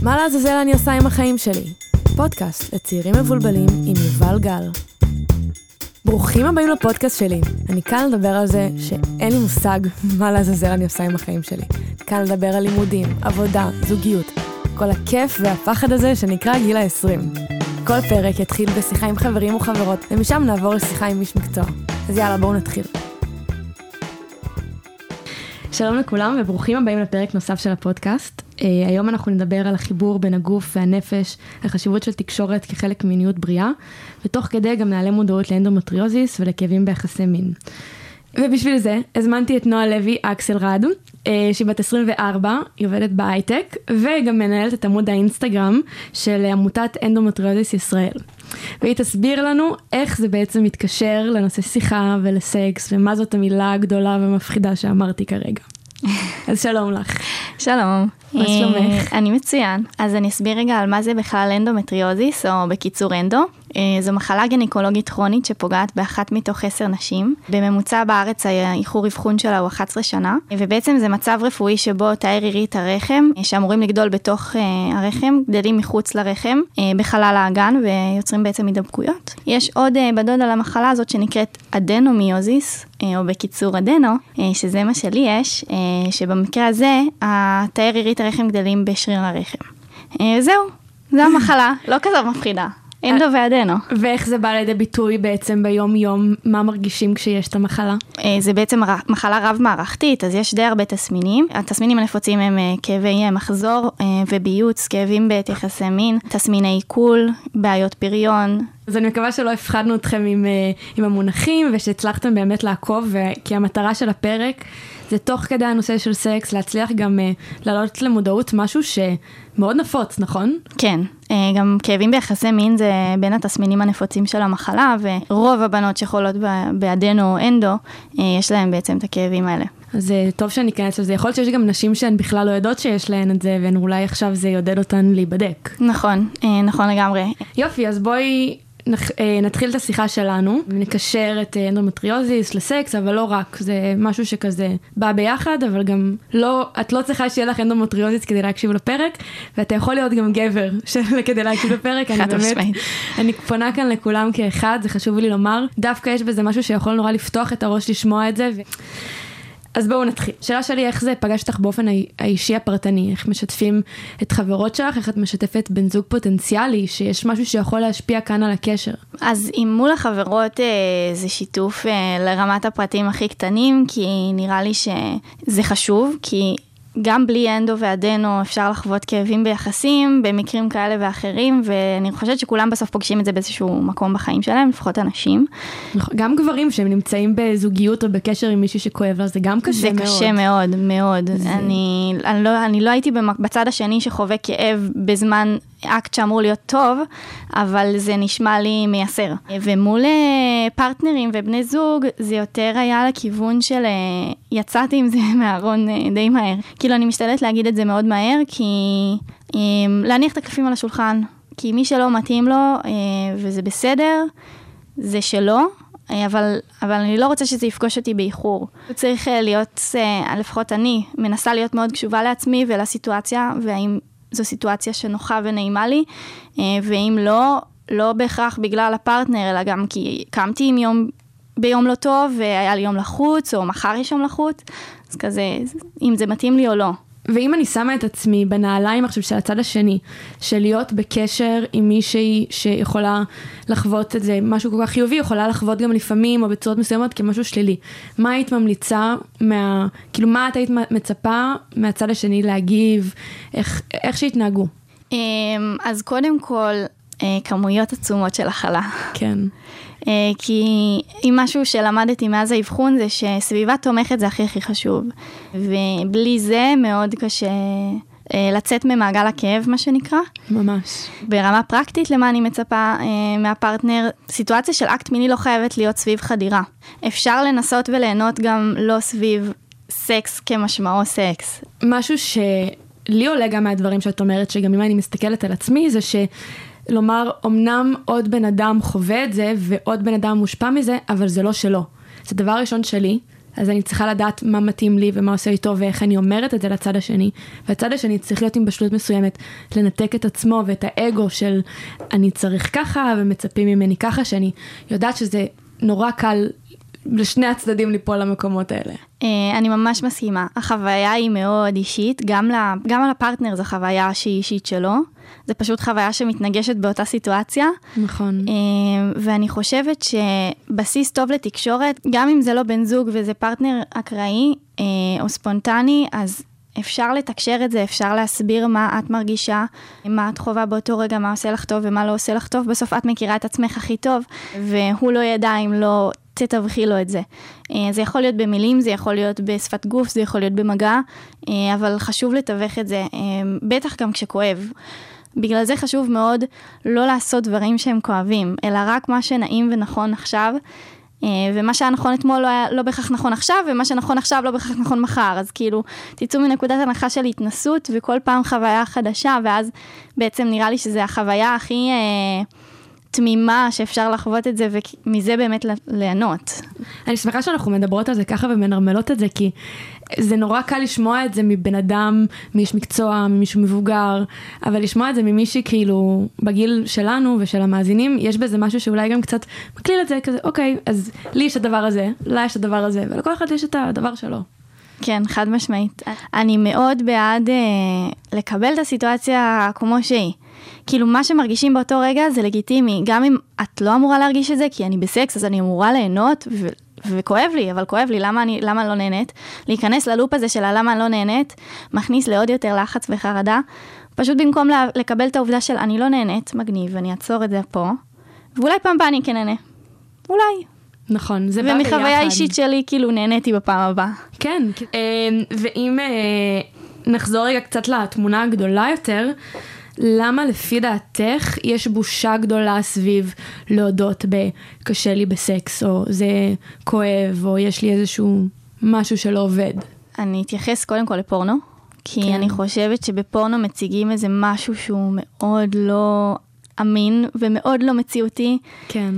מה לעזאזל אני עושה עם החיים שלי? פודקאסט לצעירים מבולבלים עם יובל גל. ברוכים הבאים לפודקאסט שלי. אני כאן לדבר על זה שאין לי מושג מה לעזאזל אני עושה עם החיים שלי. כאן לדבר על לימודים, עבודה, זוגיות. כל הכיף והפחד הזה שנקרא גיל ה-20. כל פרק יתחיל בשיחה עם חברים וחברות, ומשם נעבור לשיחה עם איש מקצוע. אז יאללה, בואו נתחיל. שלום לכולם וברוכים הבאים לפרק נוסף של הפודקאסט. היום אנחנו נדבר על החיבור בין הגוף והנפש, החשיבות של תקשורת כחלק ממיניות בריאה, ותוך כדי גם נעלה מודעות לאנדומטריוזיס ולכאבים ביחסי מין. ובשביל זה הזמנתי את נועה לוי אקסלרד, שהיא בת 24, היא עובדת בהייטק, וגם מנהלת את עמוד האינסטגרם של עמותת אנדומטריוזיס ישראל. והיא תסביר לנו איך זה בעצם מתקשר לנושא שיחה ולסקס, ומה זאת המילה הגדולה ומפחידה שאמרתי כרגע. אז שלום לך. שלום. מה שלומך? אני מצוין. אז אני אסביר רגע על מה זה בכלל אנדומטריוזיס, או בקיצור אנדו. זו מחלה גניקולוגית כרונית שפוגעת באחת מתוך 10 נשים. בממוצע בארץ האיחור אבחון שלה הוא 11 שנה. ובעצם זה מצב רפואי שבו תאי רירית הרחם, שאמורים לגדול בתוך הרחם, גדלים מחוץ לרחם, בחלל האגן, ויוצרים בעצם הידבקויות. יש עוד בדוד על המחלה הזאת שנקראת אדנומיוזיס, או בקיצור אדנו, שזה מה שלי יש, שבמקרה הזה, התאי רירית הרחם גדלים בשריר הרחם. זהו, זו המחלה, לא כזו מפחידה. אנדו ואדנו. ואיך זה בא לידי ביטוי בעצם ביום יום, מה מרגישים כשיש את המחלה? זה בעצם מחלה רב-מערכתית, אז יש די הרבה תסמינים. התסמינים הנפוצים הם כאבי מחזור וביוץ, כאבים בעת יחסי מין, תסמיני עיכול, בעיות פריון. אז אני מקווה שלא הפחדנו אתכם עם המונחים, ושהצלחתם באמת לעקוב, כי המטרה של הפרק זה תוך כדי הנושא של סקס, להצליח גם לעלות למודעות משהו שמאוד נפוץ, נכון? כן, גם כאבים ביחסי מין זה בין התסמינים הנפוצים של המחלה, ורוב הבנות שחולות באדנו או אנדו, יש להם בעצם את הכאבים האלה. אז טוב שאני אכנס לזה. יכול להיות שיש גם נשים שהן בכלל לא יודעות שיש להן את זה, ואולי עכשיו זה יעודד אותן להיבדק. נכון, נכון לגמרי. יופי, אז בואי נתחיל את השיחה שלנו, ונקשר את אנדומטריוזיס לסקס, אבל לא רק, זה משהו שכזה בא ביחד, אבל גם לא, את לא צריכה שיהיה לך אנדומטריוזיס כדי להקשיב לפרק, ואתה יכול להיות גם גבר כדי להקשיב לפרק. אני פונה כאן לכולם כאחד, זה חשוב לי לומר, דווקא יש בזה משהו שיכול נורא לפתוח את הראש לשמוע את זה, אז בואו נתחיל. שאלה שלי, איך זה פגש אותך באופן האישי הפרטני? איך משתפים את חברות שלך? איך את משתפת בן זוג פוטנציאלי? שיש משהו שיכול להשפיע כאן על הקשר? אז עם מול החברות זה שיתוף לרמת הפרטים הכי קטנים, כי נראה לי שזה חשוב, כי גם בלי אנדו ואדנו אפשר לחוות כאבים ביחסים, במקרים כאלה ואחרים, ואני חושבת שכולם בסוף פוגשים את זה באיזשהו מקום בחיים שלהם, לפחות אנשים. גם גברים שהם נמצאים בזוגיות או בקשר עם מישהי שכואב לה, זה גם קשה מאוד. זה קשה מאוד, מאוד. אני לא הייתי בצד השני שחווה כאב בזמן אקט שאמור להיות טוב, אבל זה נשמע לי מייסר. ומול פרטנרים ובני זוג, זה יותר היה לכיוון של יצאתי עם זה מהארון די מהר. כאילו אני משתדלת להגיד את זה מאוד מהר, כי להניח את הקלפים על השולחן, כי מי שלא מתאים לו, וזה בסדר, זה שלו, אבל אני לא רוצה שזה יפגוש אותי באיחור. צריך להיות, לפחות אני, מנסה להיות מאוד קשובה לעצמי ולסיטואציה, והאם זו סיטואציה שנוחה ונעימה לי, ואם לא בהכרח בגלל הפרטנר, אלא גם כי קמתי ביום לא טוב, והיה לי יום לחוץ, או מחר יש יום לחוץ, אז כזה, אם זה מתאים לי או לא. ואם אני שמה את עצמי בנעליים עכשיו של הצד השני, של להיות בקשר עם מישהי שיכולה לחוות את זה, משהו כל כך חיובי, יכולה לחוות גם לפעמים או בצורות מסוימות כמשהו שלילי. מה היית ממליצה, כאילו מה את היית מצפה מהצד השני להגיב, איך שהתנהגו? אז קודם כל, כמויות עצומות של הכלה. כן. כי אם משהו שלמדתי מאז האבחון זה שסביבה תומכת זה הכי חשוב. ובלי זה מאוד קשה לצאת ממעגל הכאב, מה שנקרא. ממש. ברמה פרקטית, למה אני מצפה מהפרטנר, סיטואציה של אקט מיני לא חייבת להיות סביב חדירה. אפשר לנסות וליהנות גם לא סביב סקס כמשמעו סקס. משהו שלי עולה גם מהדברים שאת אומרת, שגם אם אני מסתכלת על עצמי, זה לומר, אמנם עוד בן אדם חווה את זה, ועוד בן אדם מושפע מזה, אבל זה לא שלו. זה דבר ראשון שלי, אז אני צריכה לדעת מה מתאים לי ומה עושה לי טוב ואיך אני אומרת את זה לצד השני. והצד השני צריך להיות עם בשלות מסוימת, לנתק את עצמו ואת האגו של אני צריך ככה ומצפים ממני ככה, שאני יודעת שזה נורא קל לשני הצדדים ליפול למקומות האלה. אני ממש מסכימה. החוויה היא מאוד אישית, גם על הפרטנר זו חוויה שהיא אישית שלו. זה פשוט חוויה שמתנגשת באותה סיטואציה. נכון. ואני חושבת שבסיס טוב לתקשורת, גם אם זה לא בן זוג וזה פרטנר אקראי או ספונטני, אז אפשר לתקשר את זה, אפשר להסביר מה את מרגישה, מה את חובה באותו רגע, מה עושה לך טוב ומה לא עושה לך טוב. בסוף את מכירה את עצמך הכי טוב, והוא לא ידע אם לא תתווכי לו את זה. זה יכול להיות במילים, זה יכול להיות בשפת גוף, זה יכול להיות במגע, אבל חשוב לתווך את זה, בטח גם כשכואב. בגלל זה חשוב מאוד לא לעשות דברים שהם כואבים, אלא רק מה שנעים ונכון עכשיו, ומה שהיה נכון אתמול לא בהכרח נכון עכשיו, ומה שנכון עכשיו לא בהכרח נכון מחר. אז כאילו, תצאו מנקודת הנחה של התנסות, וכל פעם חוויה חדשה, ואז בעצם נראה לי שזה החוויה הכי תמימה שאפשר לחוות את זה, ומזה באמת ליהנות. אני שמחה שאנחנו מדברות על זה ככה ומנרמלות את זה, כי זה נורא קל לשמוע את זה מבן אדם, מאיש מקצוע, ממישהו מבוגר, אבל לשמוע את זה ממישהי כאילו בגיל שלנו ושל המאזינים, יש בזה משהו שאולי גם קצת מקליל את זה, כזה, אוקיי, אז לי יש הדבר הזה, לה יש הדבר הזה, ולכל אחד יש את הדבר שלו. כן, חד משמעית. אני מאוד בעד לקבל את הסיטואציה כמו שהיא. כאילו מה שמרגישים באותו רגע זה לגיטימי, גם אם את לא אמורה להרגיש את זה, כי אני בסקס, אז אני אמורה ליהנות, וכואב לי, אבל כואב לי, למה אני לא נהנית? להיכנס ללופ הזה של למה אני לא נהנית, מכניס לעוד יותר לחץ וחרדה, פשוט במקום לקבל את העובדה של אני לא נהנית, מגניב, אני אעצור את זה פה, ואולי פעם הבאה אני כן נהנה. אולי. נכון, זה בא ביחד. ומחוויה אישית שלי, כאילו נהניתי בפעם הבאה. כן, ואם נחזור רגע קצת לתמונה הגדולה יותר, למה לפי דעתך יש בושה גדולה סביב להודות בקשה לי בסקס, או זה כואב, או יש לי איזשהו משהו שלא עובד? אני אתייחס קודם כל לפורנו, כי כן. אני חושבת שבפורנו מציגים איזה משהו שהוא מאוד לא אמין ומאוד לא מציאותי. כן.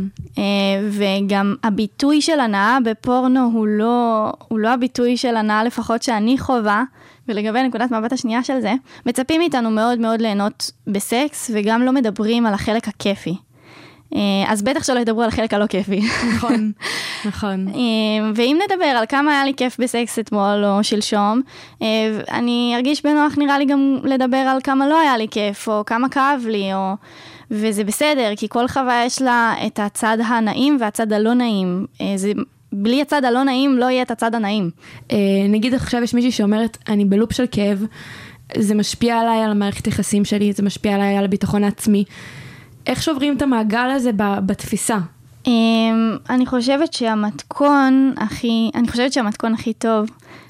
וגם הביטוי של הנאה בפורנו הוא לא הביטוי של הנאה לפחות שאני חובה, ולגבי נקודת מבט השנייה של זה, מצפים מאיתנו מאוד מאוד ליהנות בסקס, וגם לא מדברים על החלק הכיפי. אז בטח שלא ידברו על החלק הלא כיפי. נכון, נכון. ואם נדבר על כמה היה לי כיף בסקס אתמול או שלשום, אני ארגיש בנוח נראה לי גם לדבר על כמה לא היה לי כיף, או כמה כאב לי, וזה בסדר, כי כל חוויה יש לה את הצד הנעים והצד הלא נעים. בלי הצד הלא נעים לא יהיה את הצד הנעים. נגיד עכשיו יש מישהי שאומרת, אני בלופ של כאב, זה משפיע עליי, על המערכת יחסים שלי, זה משפיע עליי, על הביטחון העצמי. איך שוברים את המעגל הזה בתפיסה? אני חושבת שהמתכון הכי טוב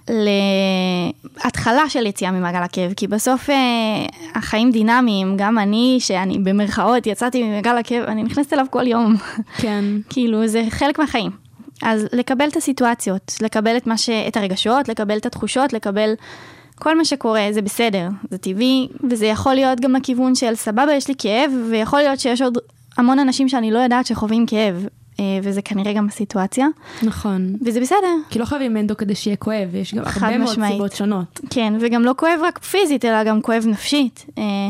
להתחלה של יציאה ממעגל הכאב, כי בסוף החיים דינמיים, גם אני, שאני במרכאות יצאתי ממעגל הכאב, אני נכנסת אליו כל יום. כן. כאילו, זה חלק מהחיים. אז לקבל את הסיטואציות, לקבל את הרגשות, לקבל את התחושות, לקבל כל מה שקורה, זה בסדר, זה טבעי, וזה יכול להיות גם לכיוון של סבבה, יש לי כאב, ויכול להיות שיש עוד המון אנשים שאני לא יודעת שחווים כאב, וזה כנראה גם הסיטואציה. נכון. וזה בסדר. כי לא חייבים אנדו כדי שיהיה כואב, יש גם הרבה מאוד סיבות שונות. כן, וגם לא כואב רק פיזית, אלא גם כואב נפשית.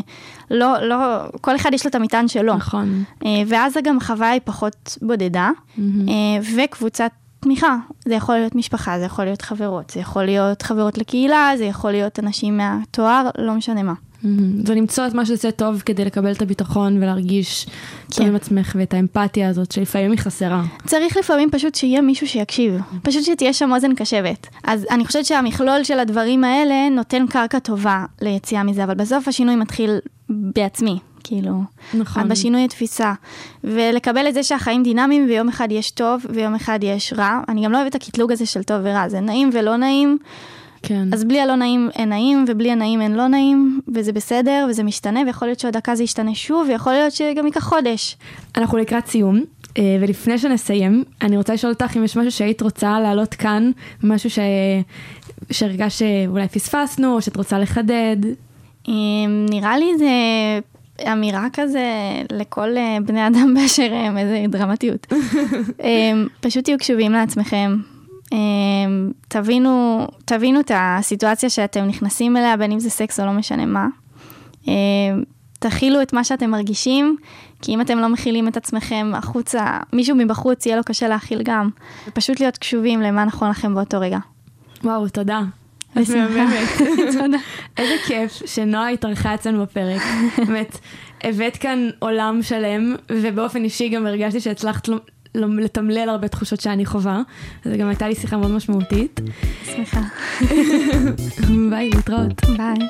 כל אחד יש לו את המטען שלו. נכון. ואז גם החוויה היא פחות בודדה, וקבוצת תמיכה. זה יכול להיות משפחה, זה יכול להיות חברות, זה יכול להיות חברות לקהילה, זה יכול להיות אנשים מהתואר, לא משנה מה. ולמצוא את מה שזה טוב כדי לקבל את הביטחון ולהרגיש טוב עם עצמך ואת האמפתיה הזאת שלפעמים היא חסרה. צריך לפעמים פשוט שיהיה מישהו שיקשיב, פשוט שתהיה שם אוזן קשבת. אז אני חושבת שהמכלול של הדברים האלה נותן קרקע טובה ליציאה מזה, אבל בסוף השינוי מתחיל בעצמי, כאילו, נכון. בשינוי התפיסה, ולקבל את זה שהחיים דינמיים ויום אחד יש טוב ויום אחד יש רע. אני גם לא אוהבת את הקטלוג הזה של טוב ורע, זה נעים ולא נעים. כן. אז בלי הלא נעים אין נעים, ובלי הנעים אין לא נעים, וזה בסדר, וזה משתנה, ויכול להיות שעוד דקה זה ישתנה שוב, ויכול להיות שגם ייקח חודש. אנחנו לקראת סיום, ולפני שנסיים, אני רוצה לשאול אותך אם יש משהו שהיית רוצה להעלות כאן, משהו שהרגש שאולי פספסנו, או שאת רוצה לחדד. נראה לי זה אמירה כזה לכל בני אדם באשר הם, איזה דרמטיות. פשוט תהיו קשובים לעצמכם, תבינו את הסיטואציה שאתם נכנסים אליה, בין אם זה סקס או לא משנה מה. תכילו את מה שאתם מרגישים, כי אם אתם לא מכילים את עצמכם החוצה, מישהו מבחוץ יהיה לו קשה להכיל גם. ופשוט להיות קשובים למה נכון לכם באותו רגע. וואו, תודה. תודה. איזה כיף שנועה התארחה אצלנו בפרק. באמת, הבאת כאן עולם שלם, ובאופן אישי גם הרגשתי שהצלחת לתמלל הרבה תחושות שאני חובה. אז גם הייתה לי שיחה מאוד משמעותית. שמחה. ביי, להתראות. ביי.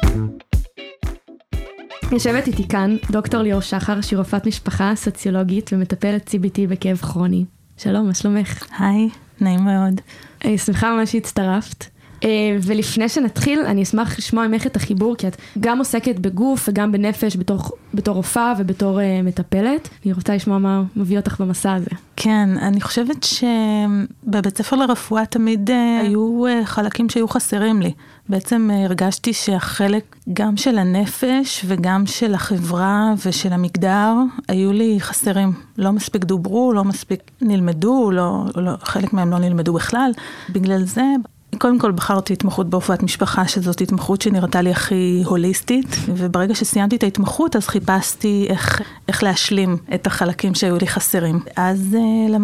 יושבת איתי כאן דוקטור ליאור שחר, שהיא רופאת משפחה, סוציולוגית ומטפלת CBT בכאב כרוני. שלום, מה שלומך? היי, נעים מאוד. אני שמחה ממש שהצטרפת. ולפני שנתחיל, אני אשמח לשמוע ממך את החיבור, כי את גם עוסקת בגוף וגם בנפש, בתור רופאה ובתור מטפלת. אני רוצה לשמוע מה מביא אותך במסע הזה. כן, אני חושבת שבבית ספר לרפואה תמיד היו חלקים שהיו חסרים לי. בעצם הרגשתי שהחלק גם של הנפש וגם של החברה ושל המגדר היו לי חסרים. לא מספיק דוברו, לא מספיק נלמדו, חלק מהם לא נלמדו בכלל. בגלל זה קודם כל בחרתי התמחות ברפואת משפחה, שזאת התמחות שנראתה לי הכי הוליסטית, וברגע שסיימתי את ההתמחות, אז חיפשתי איך להשלים את החלקים שהיו לי חסרים. אז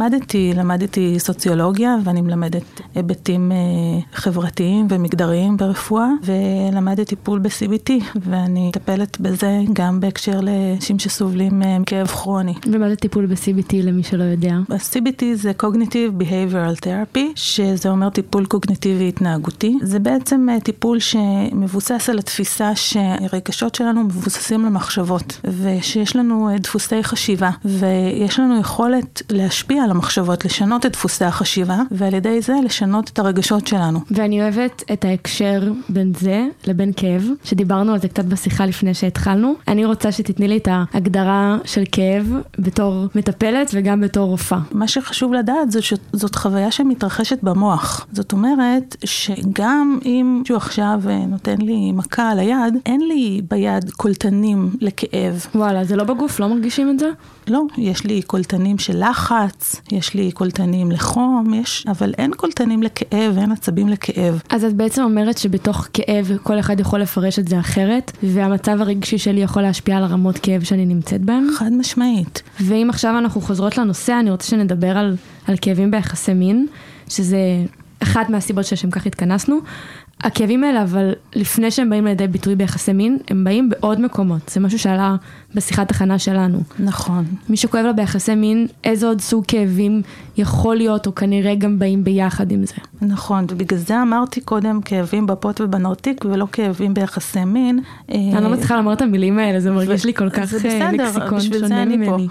למדתי סוציולוגיה, ואני מלמדת היבטים חברתיים ומגדריים ברפואה, ולמדתי טיפול ב-CBT, ואני מטפלת בזה גם בהקשר לאנשים שסובלים מכאב כרוני. ומה זה טיפול ב-CBT למי שלא יודע? ה-CBT זה Cognitive Behavioral Therapy, שזה אומר טיפול קוגניטיבי התנהגותי. זה בעצם טיפול שמבוסס על התפיסה שהרגשות שלנו מבוססים למחשבות, ושיש לנו דפוסי חשיבה, ויש לנו יכולת להשפיע על המחשבות, לשנות את דפוסי החשיבה, ועל ידי זה לשנות את הרגשות שלנו. ואני אוהבת את ההקשר בין זה לבין כאב, שדיברנו על זה קצת בשיחה לפני שהתחלנו. אני רוצה שתתני לי את ההגדרה של כאב בתור מטפלת וגם בתור רופאה. מה שחשוב לדעת זה שזאת חוויה שמתרחשת במוח. זאת אומרת שגם אם מישהו עכשיו נותן לי מכה על היד, אין לי ביד קולטנים לכאב. וואלה, זה לא בגוף? לא מרגישים את זה? לא, יש לי קולטנים של לחץ, יש לי קולטנים לחום, אבל אין קולטנים לכאב, אין עצבים לכאב. אז את בעצם אומרת שבתוך כאב כל אחד יכול לפרש את זה אחרת, והמצב הרגשי שלי יכול להשפיע על הרמות כאב שאני נמצאת בהם? חד משמעית. ואם עכשיו אנחנו חוזרות לנושא, אני רוצה שנדבר על כאבים ביחסי מין, שזה אחת מהסיבות ששם כך התכנסנו. הכאבים האלה, אבל לפני שהם באים לידי ביטוי ביחסי מין, הם באים בעוד מקומות. זה משהו שעלה בשיחת הכנה שלנו. נכון. מי שכואב לה ביחסי מין, איזה עוד סוג כאבים יכול להיות, או כנראה גם באים ביחד עם זה. נכון, ובגלל זה אמרתי קודם כאבים בפות ובנרתיק, ולא כאבים ביחסי מין. אני לא מצליחה לומר את המילים האלה, זה מרגיש לי כל כך לקסיקון שונה ממני.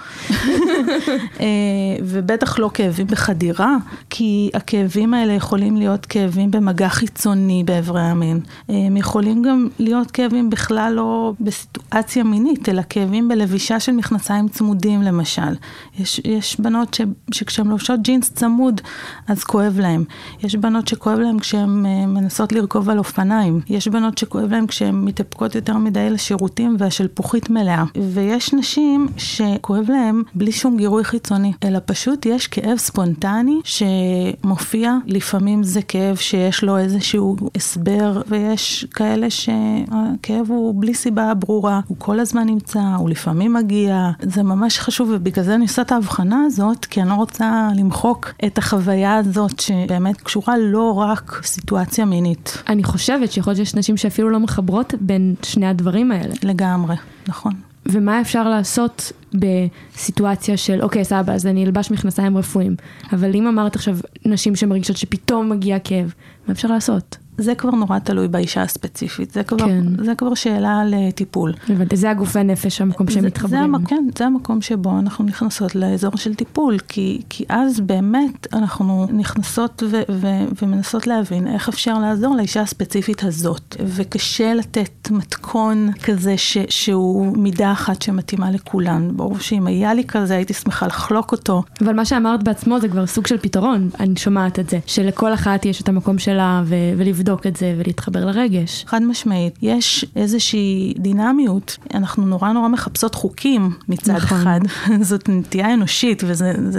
ובטח לא כאבים בחדירה, כי הכאבים האלה יכולים להיות כאבים במגע חיצוני בעברי המין. הם יכולים גם להיות כאבים בכלל לא בסיטואציה מינית, אלא כאבים בלבישה של מכנסיים צמודים למשל. יש בנות שכשהן לובשות ג'ינס צמוד, אז כואב להם. יש בנות שכואב להם כשהן מנסות לרכוב על אופניים. יש בנות שכואב להם כשהן מתאפקות יותר מדי לשירותים והשלפוחית מלאה. ויש נשים שכואב להם בלי שום גירוי חיצוני, אלא פשוט יש כאב ספונטני שמופיע. לפעמים זה כאב שיש לו איזשהו הסבר, ויש כאלה שהכאב הוא בלי סיבה ברורה, הוא כל הזמן נמצא, הוא לפעמים מגיע. זה ממש חשוב, ובגלל זה אני עושה את ההבחנה הזאת, כי אני לא רוצה למחוק את החוויה הזאת, שבאמת קשורה לא רק סיטואציה מינית. אני חושבת שיכול להיות שיש נשים שאפילו לא מחברות בין שני הדברים האלה. לגמרי, נכון. ומה אפשר לעשות בסיטואציה של, אוקיי, סבא, אז אני אלבש מכנסיים רפואיים. אבל אם אמרת עכשיו נשים שמרגישות שפתאום מגיע כאב, מה אפשר לעשות? זה כבר נורא תלוי באישה הספציפית. זה כבר שאלה לטיפול. זה הגוף והנפש, המקום שהם מתחברים. כן, זה המקום שבו אנחנו נכנסות לאזור של טיפול, כי אז באמת אנחנו נכנסות ומנסות להבין איך אפשר לעזור לאישה הספציפית הזאת. וקשה לתת מתכון כזה שהוא מידה אחת שמתאימה לכולן. ברור שאם היה לי כזה, הייתי שמחה לחלוק אותו. אבל מה שאמרת בעצמו זה כבר סוג של פתרון. אני שומעת את זה, שלכל אחת יש את המקום שלה ולבדוק את זה ולהתחבר לרגש. חד משמעית. יש איזושהי דינמיות. אנחנו נורא מחפשות חוקים מצד אחד. זאת נטייה אנושית, וזה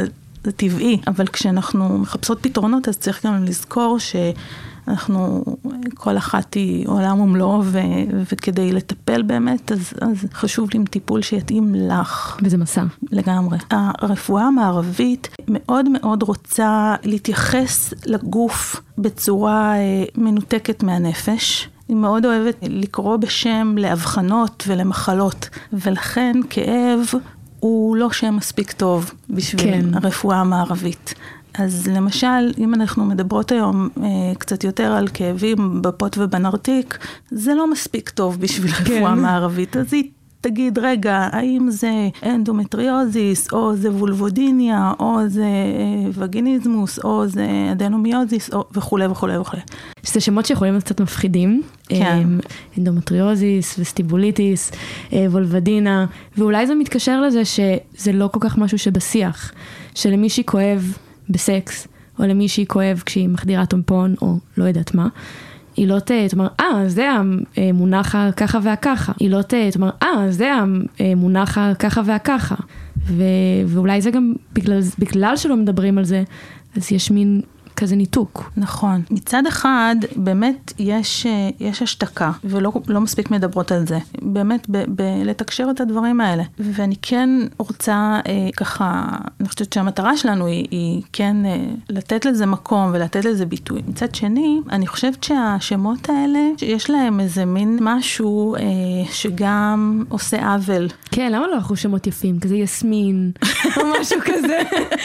זה טבעי, אבל כשאנחנו מחפשות פתרונות, אז צריך גם לזכור שאנחנו, כל אחת היא עולם ומלואו, וכדי לטפל באמת, אז חשוב לי עם טיפול שיתאים לך. וזה מסע. לגמרי. הרפואה המערבית מאוד מאוד רוצה להתייחס לגוף בצורה מנותקת מהנפש. היא מאוד אוהבת לקרוא בשם להבחנות ולמחלות, ולכן כאב הוא לא שם מספיק טוב בשביל הרפואה המערבית. אז למשל, אם אנחנו מדברות היום קצת יותר על כאבים בפות ובנרתיק, זה לא מספיק טוב בשביל רפואה מערבית. אז היא תגיד, רגע, האם זה אנדומטריוזיס, או זה וולבודיניה, או זה וגיניזמוס, או זה אדנומיוזיס, וכו' וכו' וכו'. שזה שמות שיכולים להיות קצת מפחידים. כן. אנדומטריוזיס וסטיבוליטיס, וולבדינה, ואולי זה מתקשר לזה שזה לא כל כך משהו שבשיח, שלמישהי כואב בסקס, או למישהי כואב כשהיא מחדירה טומפון, או לא יודעת מה, היא לא תאמר, זה המונח ככה והככה. היא לא תאמר, זה המונח ככה והככה. ואולי זה גם בגלל שלא מדברים על זה, אז יש מין כזה ניתוק. נכון. מצד אחד, באמת יש השתקה, ולא מספיק מדברות על זה. באמת, לתקשר את הדברים האלה. ואני כן רוצה ככה, אני חושבת שהמטרה שלנו היא כן לתת לזה מקום ולתת לזה ביטוי. מצד שני, אני חושבת שהשמות האלה, יש להם איזה מין משהו שגם עושה עוול. כן, למה לא אנחנו שמות יפים? כזה יסמין, או משהו כזה.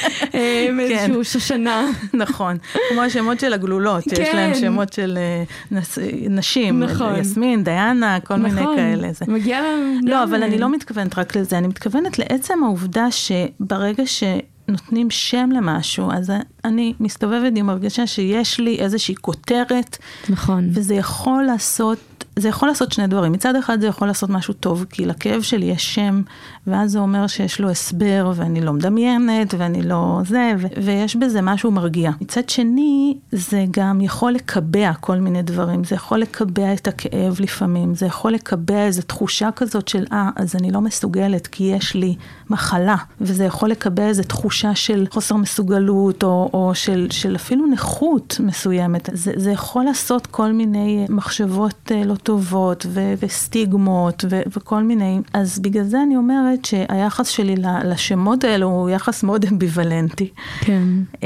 איזשהו שושנה. נכון. כמו השמות של הגלולות, שיש להם שמות של נשים, יסמין, דיאנה, כל מיני כאלה. מגיע להם. לא, אבל אני לא מתכוונת רק לזה, אני מתכוונת לעצם העובדה שברגע שנותנים שם למשהו, אז אני מסתובבת עם הרגשה שיש לי איזושהי כותרת, נכון. וזה יכול לעשות שני דברים. מצד אחד זה יכול לעשות משהו טוב, כי לכאב שלי יש שם, ואז זה אומר שיש לו הסבר, ואני לא מדמיינת, ואני לא זה, ויש בזה משהו מרגיע. מצד שני, זה גם יכול לקבע כל מיני דברים, זה יכול לקבע את הכאב לפעמים, זה יכול לקבע איזו תחושה כזאת של, אז אני לא מסוגלת, כי יש לי מחלה, וזה יכול לקבע איזו תחושה של חוסר מסוגלות, או של אפילו נכות מסוימת. זה יכול לעשות כל מיני מחשבות לא טובות וסטיגמות וכל מיני. אז בגלל זה אני אומרת שהיחס שלי לשמות האלו הוא יחס מאוד אמביוולנטי. כן.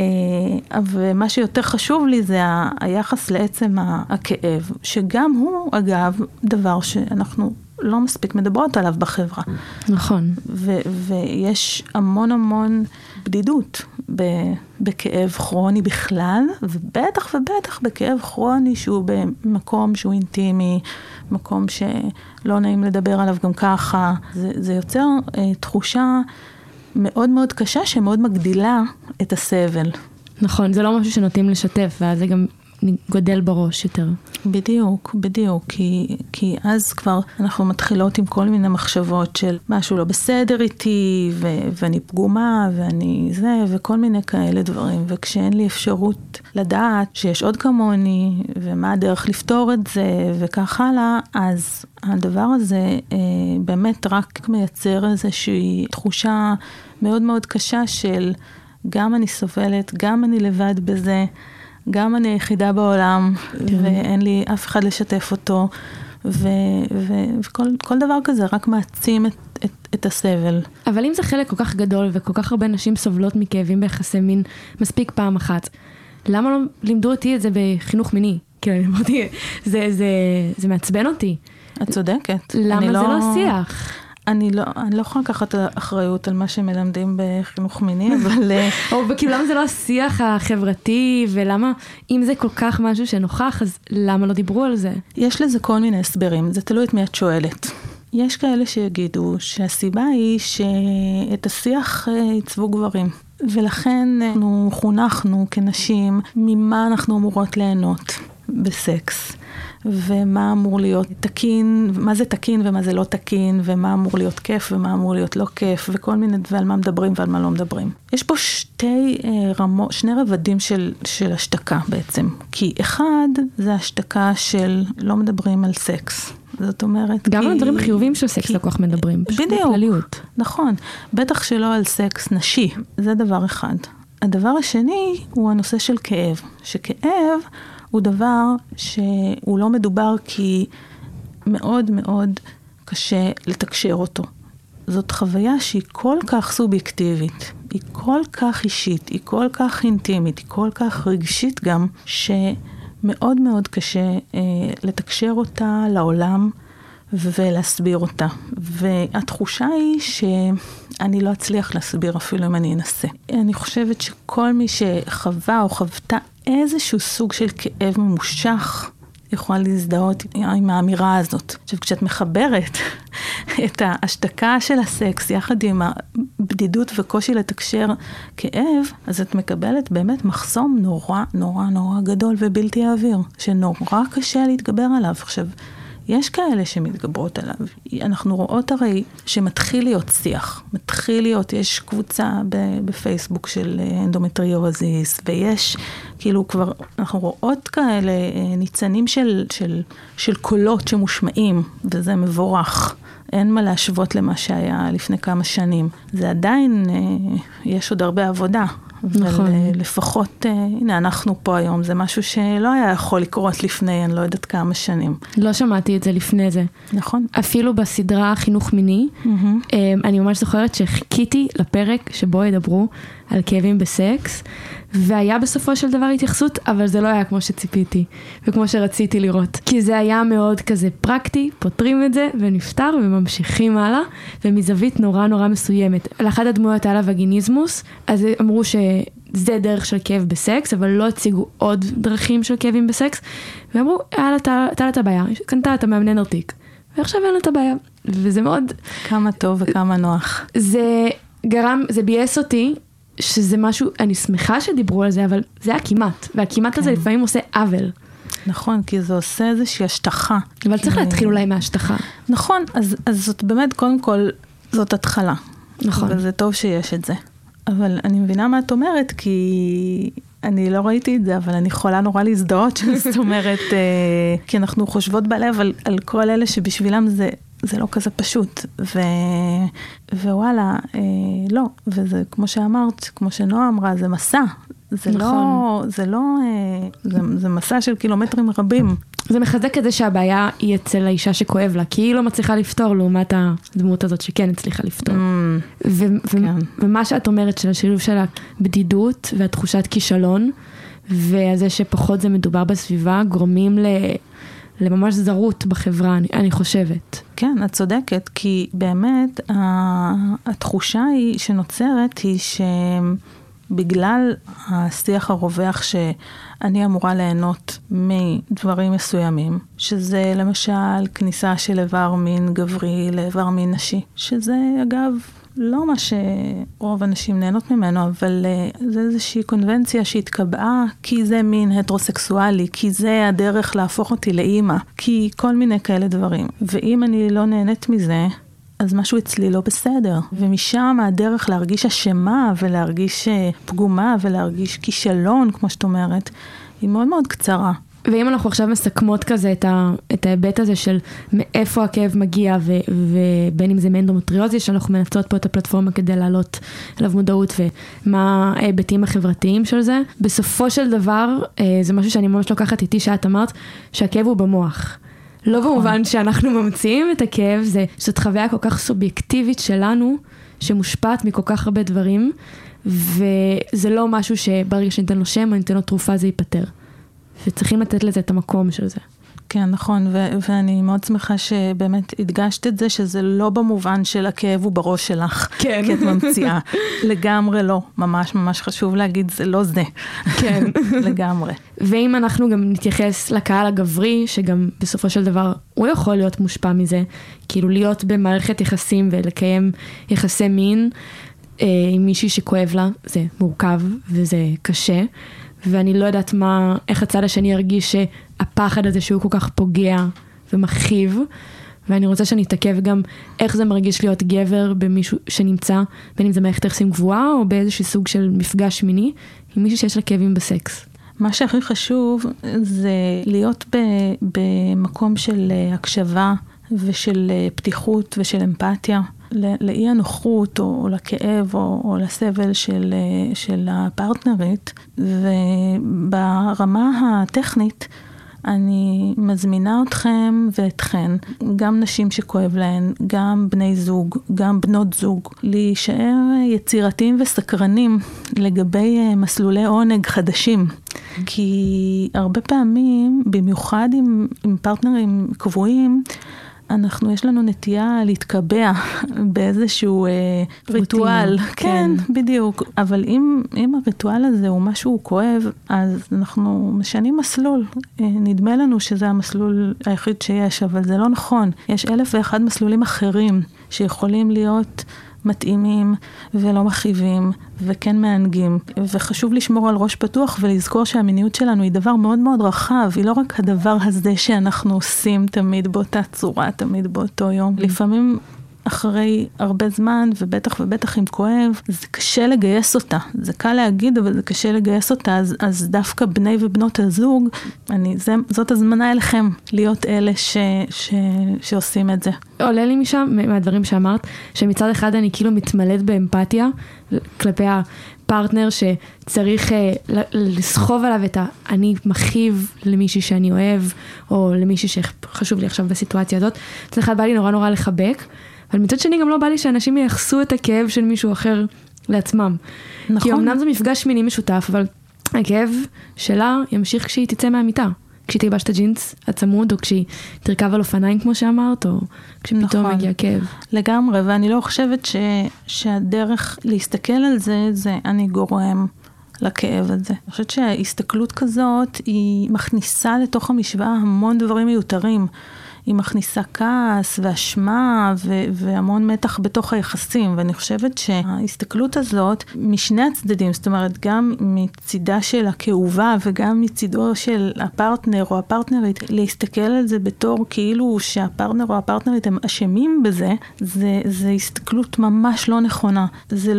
אבל מה שיותר חשוב לי זה היחס לעצם הכאב, שגם הוא אגב דבר שאנחנו לא מספיק מדברות עליו בחברה. נכון. ויש המון בדידות בכאב כרוני בכלל, ובטח בכאב כרוני שהוא במקום שהוא אינטימי, מקום שלא נעים לדבר עליו גם ככה. זה יוצר תחושה מאוד מאוד קשה שמאוד מגדילה את הסבל. נכון, זה לא משהו שנוטים לשתף, ואז זה גם גודל בראש יותר. בדיוק, כי אז כבר אנחנו מתחילות עם כל מיני מחשבות של משהו לא בסדר איתי, ואני פגומה, ואני זה, וכל מיני כאלה דברים. וכשאין לי אפשרות לדעת שיש עוד כמוני, ומה הדרך לפתור את זה, וכך הלאה, אז הדבר הזה באמת רק מייצר איזושהי תחושה מאוד מאוד קשה של גם אני סובלת, גם אני לבד בזה, גם אני היחידה בעולם, ואין לי אף אחד לשתף אותו, וכל דבר כזה רק מעצים את הסבל. אבל אם זה חלק כל כך גדול, וכל כך הרבה נשים סובלות מכאבים ביחסי מין מספיק פעם אחת, למה לא לימדו אותי את זה בחינוך מיני? כאילו, אני אמרתי, זה מעצבן אותי. את צודקת. למה זה לא שיח? אני לא יכולה לקחת אחריות על מה שמלמדים בחינוך מיני, אבל... או וכאילו למה זה לא השיח החברתי, ולמה אם זה כל כך משהו שנוכח, אז למה לא דיברו על זה? יש לזה כל מיני הסברים, זה תלוי את מי את שואלת. יש כאלה שיגידו שהסיבה היא שאת השיח יצבו גברים. ולכן אנחנו חונכנו כנשים ממה אנחנו אמורות ליהנות בסקס. ומה אמור להיות תקין, מה זה תקין ומה זה לא תקין, ומה אמור להיות כיף ומה אמור להיות לא כיף, וכל מיני, ועל מה מדברים ועל מה לא מדברים. יש פה שני רבדים של השתקה בעצם. כי אחד זה השתקה של לא מדברים על סקס. זאת אומרת... גם על דברים חיובים של סקס לא כל כך מדברים. בדיוק. נכון. בטח שלא על סקס נשי. זה דבר אחד. הדבר השני הוא הנושא של כאב, שכאב הוא דבר שהוא לא מדובר כי מאוד מאוד קשה לתקשר אותו. זאת חוויה שהיא כל כך סובייקטיבית, היא כל כך אישית, היא כל כך אינטימית, היא כל כך רגשית גם, שמאוד מאוד קשה לתקשר אותה לעולם ולהסביר אותה. והתחושה היא שאני לא אצליח להסביר אפילו אם אני אנסה. אני חושבת שכל מי שחווה או חוותה איזשהו סוג של כאב ממושך, יכולה להזדהות עם האמירה הזאת. עכשיו, כשאת מחברת את ההשתקה של הסקס, יחד עם הבדידות וקושי לתקשר כאב, אז את מקבלת באמת מחסום נורא נורא נורא גדול ובלתי העביר, שנורא קשה להתגבר עליו. עכשיו, יש כאלה שמתגברות עליו. אנחנו רואות הרי שמתחיל להיות שיח, מתחיל להיות, יש קבוצה בפייסבוק של אנדומטריוזיס, ויש כאילו כבר, אנחנו רואות כאלה ניצנים של קולות שמושמעים, וזה מבורך. אין מה להשוות למה שהיה לפני כמה שנים. זה עדיין, יש עוד הרבה עבודה. נכון. אבל לפחות, הנה, אנחנו פה היום, זה משהו שלא היה יכול לקרות לפני, אני לא יודעת כמה שנים. לא שמעתי את זה לפני זה. נכון. אפילו בסדרה חינוך מיני, אני ממש זוכרת שחיכיתי לפרק שבו ידברו על כאבים בסקס, והיה בסופו של דבר התייחסות, אבל זה לא היה כמו שציפיתי, וכמו שרציתי לראות. כי זה היה מאוד כזה פרקטי, פותרים את זה, ונפטר, וממשיכים הלאה, ומזווית נורא נורא מסוימת. לאחת הדמויות היה לה וגיניזמוס, אז אמרו שזה דרך של כאב בסקס, אבל לא הציגו עוד דרכים של כאבים בסקס, ואמרו, הייתה לה את הבעיה, קנתה את המאמנן ארתיק, ועכשיו אין לה את הבעיה. וזה מאוד... כמה טוב וכמה נוח. זה בייס אותי, שזה משהו, אני שמחה שדיברו על זה, אבל זה היה כמעט, והכמעט הזה לפעמים עושה עוול. נכון, כי זה עושה איזושהי השטחה. אבל צריך להתחיל אולי מההשטחה. נכון, אז זאת באמת, קודם כל, זאת התחלה. נכון. וזה טוב שיש את זה. אבל אני מבינה מה את אומרת, כי אני לא ראיתי את זה, אבל אני יכולה נורא להזדהות, זאת אומרת, כי אנחנו חושבות בלב על כל אלה שבשבילם זה לא כזה פשוט, ווואלה, לא, וזה כמו שאמרת, כמו שנועה אמרה, זה מסע, זה מסע של קילומטרים רבים. זה מחזק את זה שהבעיה היא אצל האישה שכואב לה, כי היא לא מצליחה לפתור לעומת הדמות הזאת שכן הצליחה לפתור. ומה שאת אומרת של השילוב של הבדידות והתחושת כישלון, והזה שפחות זה מדובר בסביבה, גורמים לממש זרות בחברה, אני חושבת. כן, את צודקת, כי באמת התחושה היא שנוצרת היא שבגלל השיח הרווח שאני אמורה ליהנות מדברים מסוימים, שזה למשל כניסה של איבר מין גברי לאיבר מין נשי, שזה אגב לא מה שרוב אנשים נהנות ממנו, אבל זה איזושהי קונבנציה שהתקבעה, כי זה מין הטרוסקסואלי, כי זה הדרך להפוך אותי לאימא, כי כל מיני כאלה דברים. ואם אני לא נהנית מזה, אז משהו אצלי לא בסדר. ומשם הדרך להרגיש אשמה, ולהרגיש פגומה, ולהרגיש כישלון, כמו שאת אומרת, היא מאוד מאוד קצרה. ואם אנחנו עכשיו מסכמות כזה את ההיבט הזה של מאיפה הכאב מגיע, ובין אם זה מאנדומטריוזיס, שאנחנו מנצלות פה את הפלטפורמה כדי לעלות אליו מודעות, ומה ההיבטים החברתיים של זה, בסופו של דבר, זה משהו שאני ממש לוקחת איתי, שאת אמרת, שהכאב הוא במוח. לא במובן שאנחנו ממציאים את הכאב, זאת חוויה כל כך סובייקטיבית שלנו, שמושפעת מכל כך הרבה דברים, וזה לא משהו שברגע שניתן לו שם, או ניתן לו תרופה, זה ייפטר. וצריכים לתת לזה את המקום של זה. כן, נכון, ואני מאוד שמחה שבאמת הדגשת את זה, שזה לא במובן של הכאב הוא בראש שלך, כן. כי את ממציאה. לגמרי לא, ממש ממש חשוב להגיד, זה לא זה. כן. לגמרי. ואם אנחנו גם נתייחס לקהל הגברי, שגם בסופו של דבר הוא יכול להיות מושפע מזה, כאילו להיות במערכת יחסים ולקיים יחסי מין, עם מישהי שכואב לה, זה מורכב וזה קשה, ואני לא יודעת איך הצד השני ירגיש שהפחד הזה שהוא כל כך פוגע ומכאיב, ואני רוצה שאני אתעכב גם איך זה מרגיש להיות גבר במישהו שנמצא, בין אם זה מערכת יחסים גבוהה, או באיזשהו סוג של מפגש מיני, עם מישהו שיש לה כאבים בסקס. מה שהכי חשוב זה להיות במקום של הקשבה ושל פתיחות ושל אמפתיה, לאי הנוחות או לכאב או לסבל של הפרטנרית, וברמה הטכנית, אני מזמינה אתכם ואתכן, גם נשים שכואב להן, גם בני זוג, גם בנות זוג, להישאר יצירתיים וסקרנים לגבי מסלולי עונג חדשים. כי הרבה פעמים, במיוחד עם פרטנרים קבועים, יש לנו נטייה להתקבע באיזשהו ריטואל. כן, בדיוק. אבל אם הריטואל הזה הוא משהו כואב, אז אנחנו משנים מסלול. נדמה לנו שזה המסלול היחיד שיש, אבל זה לא נכון. יש 1,001 מסלולים אחרים שיכולים להיות מתאימים ולא מכאיבים וכן מענגים, וחשוב לשמור על ראש פתוח ולזכור שהמיניות שלנו היא דבר מאוד מאוד רחב, היא לא רק הדבר הזה שאנחנו עושים תמיד באותה צורה, תמיד באותו יום. לפעמים אחרי הרבה זמן, ובטח אם כואב, זה קשה לגייס אותה. זה קל להגיד, אבל זה קשה לגייס אותה, אז דווקא בני ובנות הזוג, זאת הזמנה אליכם, להיות אלה שעושים את זה. עולה לי משם, מהדברים שאמרת, שמצד אחד אני כאילו מתמלאת באמפתיה, כלפי הפרטנר שצריך לסחוב עליו את אני מכאיב למישהי שאני אוהב, או למישהי שחשוב לי עכשיו בסיטואציה הזאת. מצד אחד בא לי נורא לחבק, אבל מצד שני גם לא בא לי שאנשים ייחסו את הכאב של מישהו אחר לעצמם. נכון. כי אמנם זה מפגש מיני משותף, אבל הכאב שלה ימשיך כשהיא תצא מהמיטה. כשהיא תלבש את הג'ינס הצמוד, או כשהיא תרכב על אופניים כמו שאמרת, או כשפתאום מגיע כאב. לגמרי, ואני לא חושבת שהדרך להסתכל על זה אני גורם לכאב הזה. אני חושבת שההסתכלות כזאת היא מכניסה לתוך המשוואה המון דברים מיותרים. היא מכניסה כעס ואשמה והמון מתח בתוך היחסים, ואני חושבת שההסתכלות הזאת משני הצדדים, זאת אומרת גם מצידה של הכאובה וגם מצידו של הפרטנר או הפרטנרית, להסתכל על זה בתור כאילו שהפרטנר או הפרטנרית הם אשמים בזה, זה הסתכלות ממש לא נכונה. זה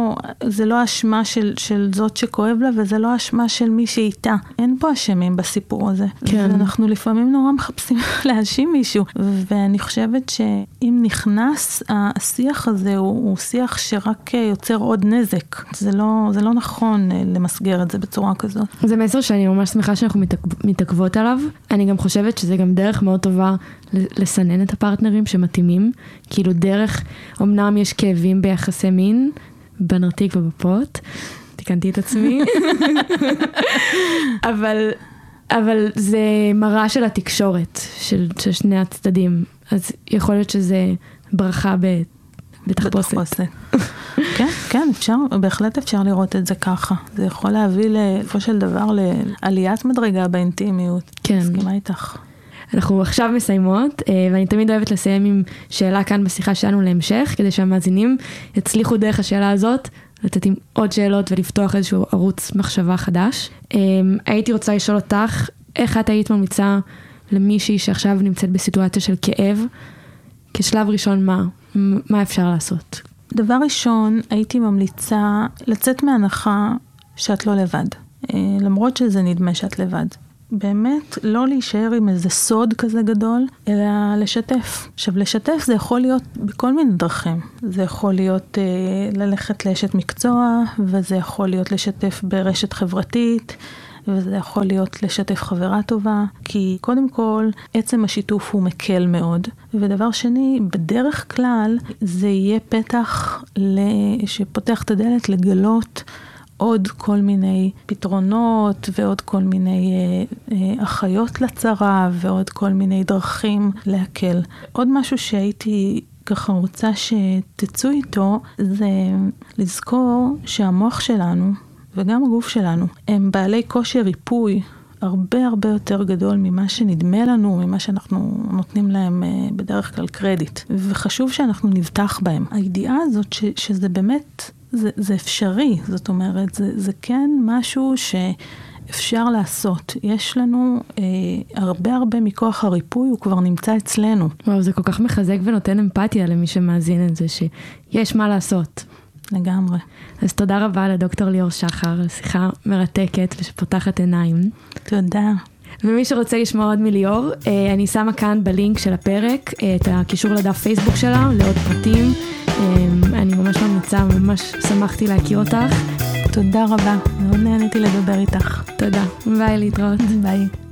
לא אשמה של זאת שכואב לה, וזה לא אשמה של מי שאיתה. אין פה אשמים בסיפור הזה. כן. אנחנו לפעמים נורא מחפשים להאשים מישהו, ואני חושבת שאם נכנס השיח הזה הוא שיח שרק יוצר עוד נזק. זה לא נכון למסגר את זה בצורה כזאת. זה מסר שאני ממש שמחה שאנחנו מתעכבות עליו. אני גם חושבת שזה גם דרך מאוד טובה לסנן את הפרטנרים שמתאימים. כאילו דרך, אמנם יש כאבים ביחסי מין, בנרתיק ובפוט. תיקנתי את עצמי. אבל זה מראה של התקשורת, של שני הצדדים. אז יכול להיות שזה ברכה בתחפושת. כן, בהחלט אפשר לראות את זה ככה. זה יכול להביא לפו של דבר לעליית מדרגה באינטימיות. כן. מסכימה איתך. אנחנו עכשיו מסיימות, ואני תמיד אוהבת לסיים עם שאלה כאן בשיחה שלנו להמשך, כדי שהמאזינים יצליחו דרך השאלה הזאת, לתת עם עוד שאלות ולפתוח איזשהו ערוץ מחשבה חדש. הייתי רוצה לשאול אותך, איך את היית ממליצה למישהי שעכשיו נמצאת בסיטואציה של כאב, כשלב ראשון מה אפשר לעשות? דבר ראשון, הייתי ממליצה לצאת מהנחה שאת לא לבד. למרות שזה נדמה שאת לבד. באמת לא להישאר עם איזה סוד כזה גדול, אלא לשתף. עכשיו, לשתף זה יכול להיות בכל מיני דרכים. זה יכול להיות ללכת לאשת מקצוע, וזה יכול להיות לשתף ברשת חברתית, וזה יכול להיות לשתף חברה טובה, כי קודם כל, עצם השיתוף הוא מקל מאוד. ודבר שני, בדרך כלל, זה יהיה פתח שפותח את הדלת לגלות עוד כל מיני פתרונות ועוד כל מיני אחיות לצרה ועוד כל מיני דרכים להקל. עוד משהו שהייתי ככה רוצה שתצאו איתו זה לזכור שהמוח שלנו וגם הגוף שלנו הם בעלי כושר ריפוי הרבה יותר גדול ממה שנדמה לנו, ממה שאנחנו נותנים להם בדרך כלל קרדיט. וחשוב שאנחנו נבטח בהם. הידיעה הזאת שזה באמת זה אפשרי, זאת אומרת, זה כן משהו שאפשר לעשות. יש לנו הרבה מכוח הריפוי, הוא כבר נמצא אצלנו. וואו, זה כל כך מחזק ונותן אמפתיה למי שמאזין את זה, שיש מה לעשות. לגמרי. אז תודה רבה לדוקטור ליאור שחר, על שיחה מרתקת ושפותחת עיניים. תודה. ומי שרוצה לשמוע עוד מליאור, אני שמה כאן בלינק של הפרק את הקישור לדף פייסבוק שלה, לעוד פרטים, המלצה, ממש שמחתי להכיר אותך. תודה רבה, מאוד נהניתי לדבר איתך. תודה, ביי, להתראות. ביי.